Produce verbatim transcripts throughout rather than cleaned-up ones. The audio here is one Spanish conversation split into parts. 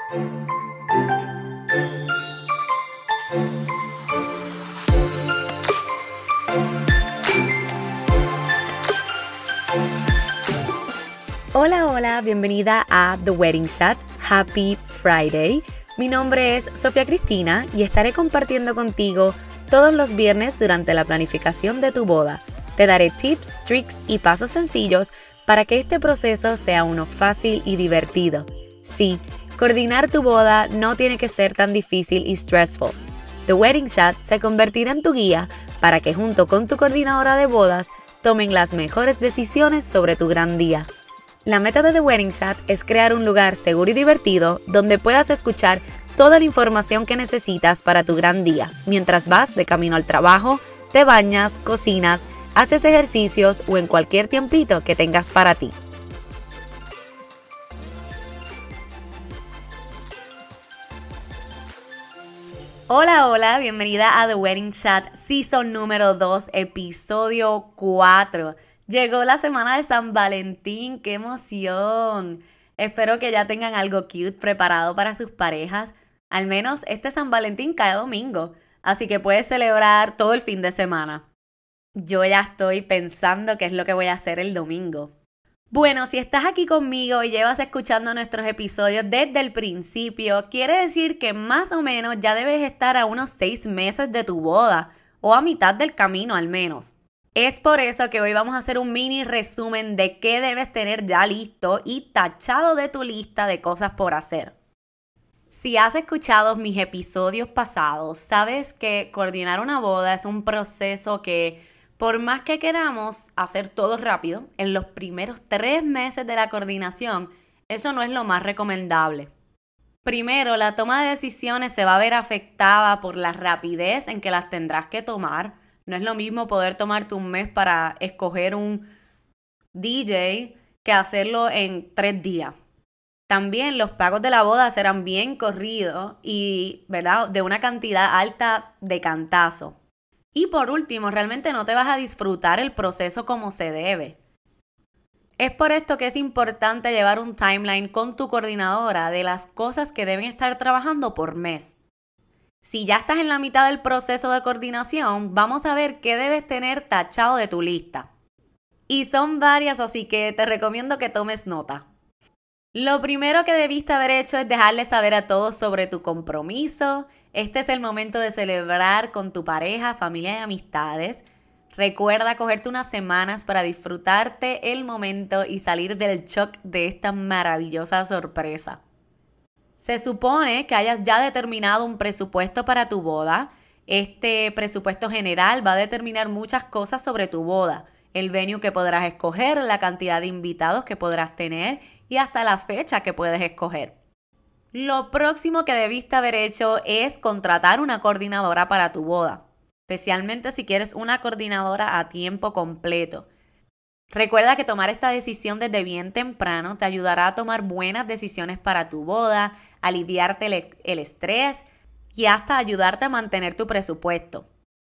Hola, hola, bienvenida a The Wedding Chat. Happy Friday. Mi nombre es Sofía Cristina y estaré compartiendo contigo todos los viernes durante la planificación de tu boda. Te daré tips, tricks y pasos sencillos para que este proceso sea uno fácil y divertido. Sí, coordinar tu boda no tiene que ser tan difícil y stressful. The Wedding Chat se convertirá en tu guía para que junto con tu coordinadora de bodas tomen las mejores decisiones sobre tu gran día. La meta de The Wedding Chat es crear un lugar seguro y divertido donde puedas escuchar toda la información que necesitas para tu gran día, mientras vas de camino al trabajo, te bañas, cocinas, haces ejercicios o en cualquier tiempito que tengas para ti. Hola, hola, bienvenida a The Wedding Chat Season número dos, episodio cuatro. Llegó la semana de San Valentín, ¡qué emoción! Espero que ya tengan algo cute preparado para sus parejas. Al menos este San Valentín cae domingo, así que puedes celebrar todo el fin de semana. Yo ya estoy pensando qué es lo que voy a hacer el domingo. Bueno, si estás aquí conmigo y llevas escuchando nuestros episodios desde el principio, quiere decir que más o menos ya debes estar a unos seis meses de tu boda, o a mitad del camino al menos. Es por eso que hoy vamos a hacer un mini resumen de qué debes tener ya listo y tachado de tu lista de cosas por hacer. Si has escuchado mis episodios pasados, sabes que coordinar una boda es un proceso que, por más que queramos hacer todo rápido, en los primeros tres meses de la coordinación, eso no es lo más recomendable. Primero, la toma de decisiones se va a ver afectada por la rapidez en que las tendrás que tomar. No es lo mismo poder tomarte un mes para escoger un D J que hacerlo en tres días. También los pagos de la boda serán bien corridos y, ¿verdad?, de una cantidad alta de cantazo. Y por último, realmente no te vas a disfrutar el proceso como se debe. Es por esto que es importante llevar un timeline con tu coordinadora de las cosas que deben estar trabajando por mes. Si ya estás en la mitad del proceso de coordinación, vamos a ver qué debes tener tachado de tu lista. Y son varias, así que te recomiendo que tomes nota. Lo primero que debiste haber hecho es dejarle saber a todos sobre tu compromiso. Este es el momento de celebrar con tu pareja, familia y amistades. Recuerda cogerte unas semanas para disfrutarte el momento y salir del shock de esta maravillosa sorpresa. Se supone que hayas ya determinado un presupuesto para tu boda. Este presupuesto general va a determinar muchas cosas sobre tu boda. El venue que podrás escoger, la cantidad de invitados que podrás tener y hasta la fecha que puedes escoger. Lo próximo que debiste haber hecho es contratar una coordinadora para tu boda, especialmente si quieres una coordinadora a tiempo completo. Recuerda que tomar esta decisión desde bien temprano te ayudará a tomar buenas decisiones para tu boda, aliviarte el, el estrés y hasta ayudarte a mantener tu presupuesto.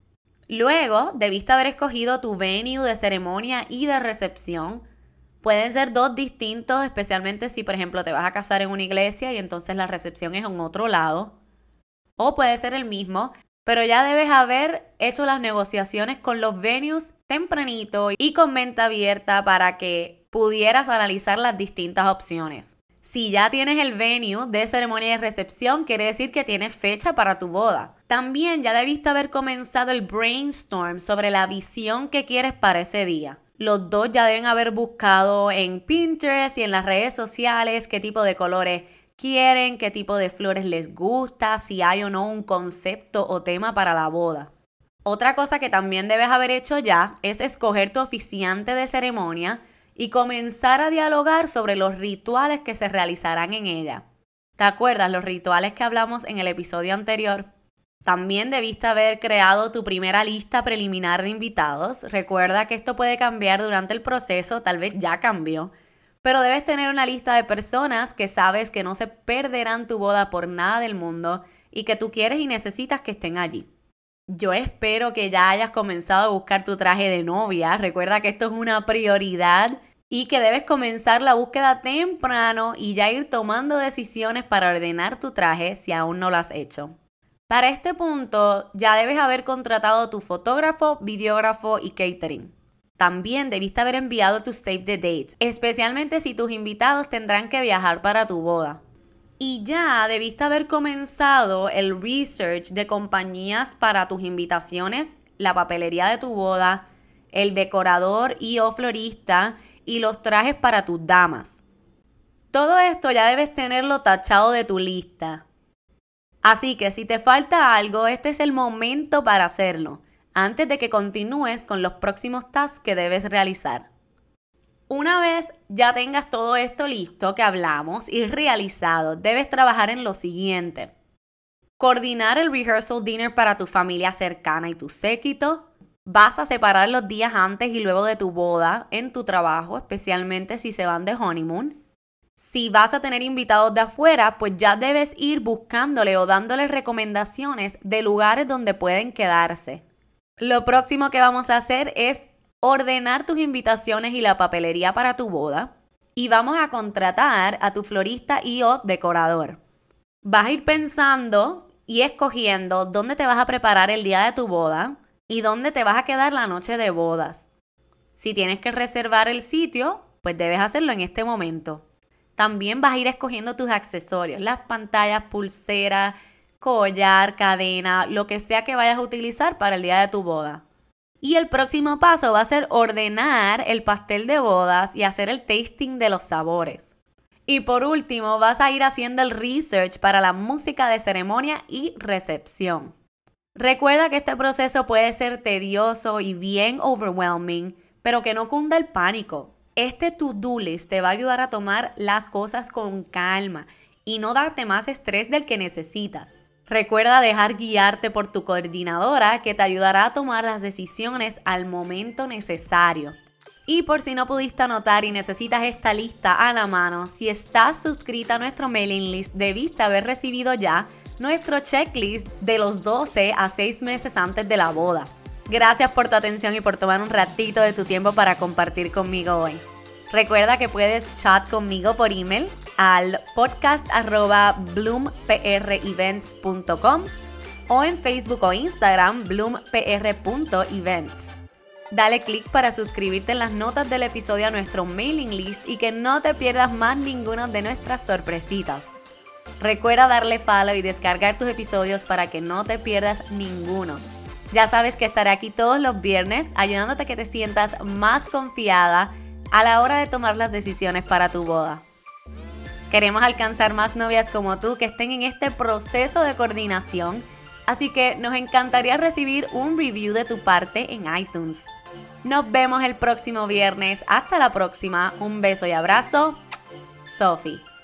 Luego, debiste haber escogido tu venue de ceremonia y de recepción. Pueden ser dos distintos, especialmente si, por ejemplo, te vas a casar en una iglesia y entonces la recepción es en otro lado. O puede ser el mismo, pero ya debes haber hecho las negociaciones con los venues tempranito y con mente abierta para que pudieras analizar las distintas opciones. Si ya tienes el venue de ceremonia y recepción, quiere decir que tienes fecha para tu boda. También ya debiste haber comenzado el brainstorm sobre la visión que quieres para ese día. Los dos ya deben haber buscado en Pinterest y en las redes sociales qué tipo de colores quieren, qué tipo de flores les gusta, si hay o no un concepto o tema para la boda. Otra cosa que también debes haber hecho ya es escoger tu oficiante de ceremonia y comenzar a dialogar sobre los rituales que se realizarán en ella. ¿Te acuerdas los rituales que hablamos en el episodio anterior? También debiste haber creado tu primera lista preliminar de invitados. Recuerda que esto puede cambiar durante el proceso, tal vez ya cambió. Pero debes tener una lista de personas que sabes que no se perderán tu boda por nada del mundo y que tú quieres y necesitas que estén allí. Yo espero que ya hayas comenzado a buscar tu traje de novia. Recuerda que esto es una prioridad y que debes comenzar la búsqueda temprano y ya ir tomando decisiones para ordenar tu traje si aún no lo has hecho. Para este punto, ya debes haber contratado tu fotógrafo, videógrafo y catering. También debiste haber enviado tu save the dates, especialmente si tus invitados tendrán que viajar para tu boda. Y ya debiste haber comenzado el research de compañías para tus invitaciones, la papelería de tu boda, el decorador y o florista y los trajes para tus damas. Todo esto ya debes tenerlo tachado de tu lista. Así que si te falta algo, este es el momento para hacerlo, antes de que continúes con los próximos tasks que debes realizar. Una vez ya tengas todo esto listo que hablamos y realizado, debes trabajar en lo siguiente. Coordinar el rehearsal dinner para tu familia cercana y tu séquito. Vas a separar los días antes y luego de tu boda en tu trabajo, especialmente si se van de honeymoon. Si vas a tener invitados de afuera, pues ya debes ir buscándole o dándoles recomendaciones de lugares donde pueden quedarse. Lo próximo que vamos a hacer es ordenar tus invitaciones y la papelería para tu boda. Y vamos a contratar a tu florista y o decorador. Vas a ir pensando y escogiendo dónde te vas a preparar el día de tu boda y dónde te vas a quedar la noche de bodas. Si tienes que reservar el sitio, pues debes hacerlo en este momento. También vas a ir escogiendo tus accesorios, las pantallas, pulsera, collar, cadena, lo que sea que vayas a utilizar para el día de tu boda. Y el próximo paso va a ser ordenar el pastel de bodas y hacer el tasting de los sabores. Y por último, vas a ir haciendo el research para la música de ceremonia y recepción. Recuerda que este proceso puede ser tedioso y bien overwhelming, pero que no cunda el pánico. Este to-do list te va a ayudar a tomar las cosas con calma y no darte más estrés del que necesitas. Recuerda dejar guiarte por tu coordinadora que te ayudará a tomar las decisiones al momento necesario. Y por si no pudiste anotar y necesitas esta lista a la mano, si estás suscrita a nuestro mailing list, debiste haber recibido ya nuestro checklist de los doce a seis meses antes de la boda. Gracias por tu atención y por tomar un ratito de tu tiempo para compartir conmigo hoy. Recuerda que puedes chat conmigo por email al podcast arroba bloom p r events punto com o en Facebook o Instagram bloom p r punto events. Dale click para suscribirte en las notas del episodio a nuestro mailing list y que no te pierdas más ninguno de nuestras sorpresitas. Recuerda darle follow y descargar tus episodios para que no te pierdas ninguno. Ya sabes que estaré aquí todos los viernes ayudándote a que te sientas más confiada a la hora de tomar las decisiones para tu boda. Queremos alcanzar más novias como tú que estén en este proceso de coordinación, así que nos encantaría recibir un review de tu parte en iTunes. Nos vemos el próximo viernes. Hasta la próxima. Un beso y abrazo. Sophie.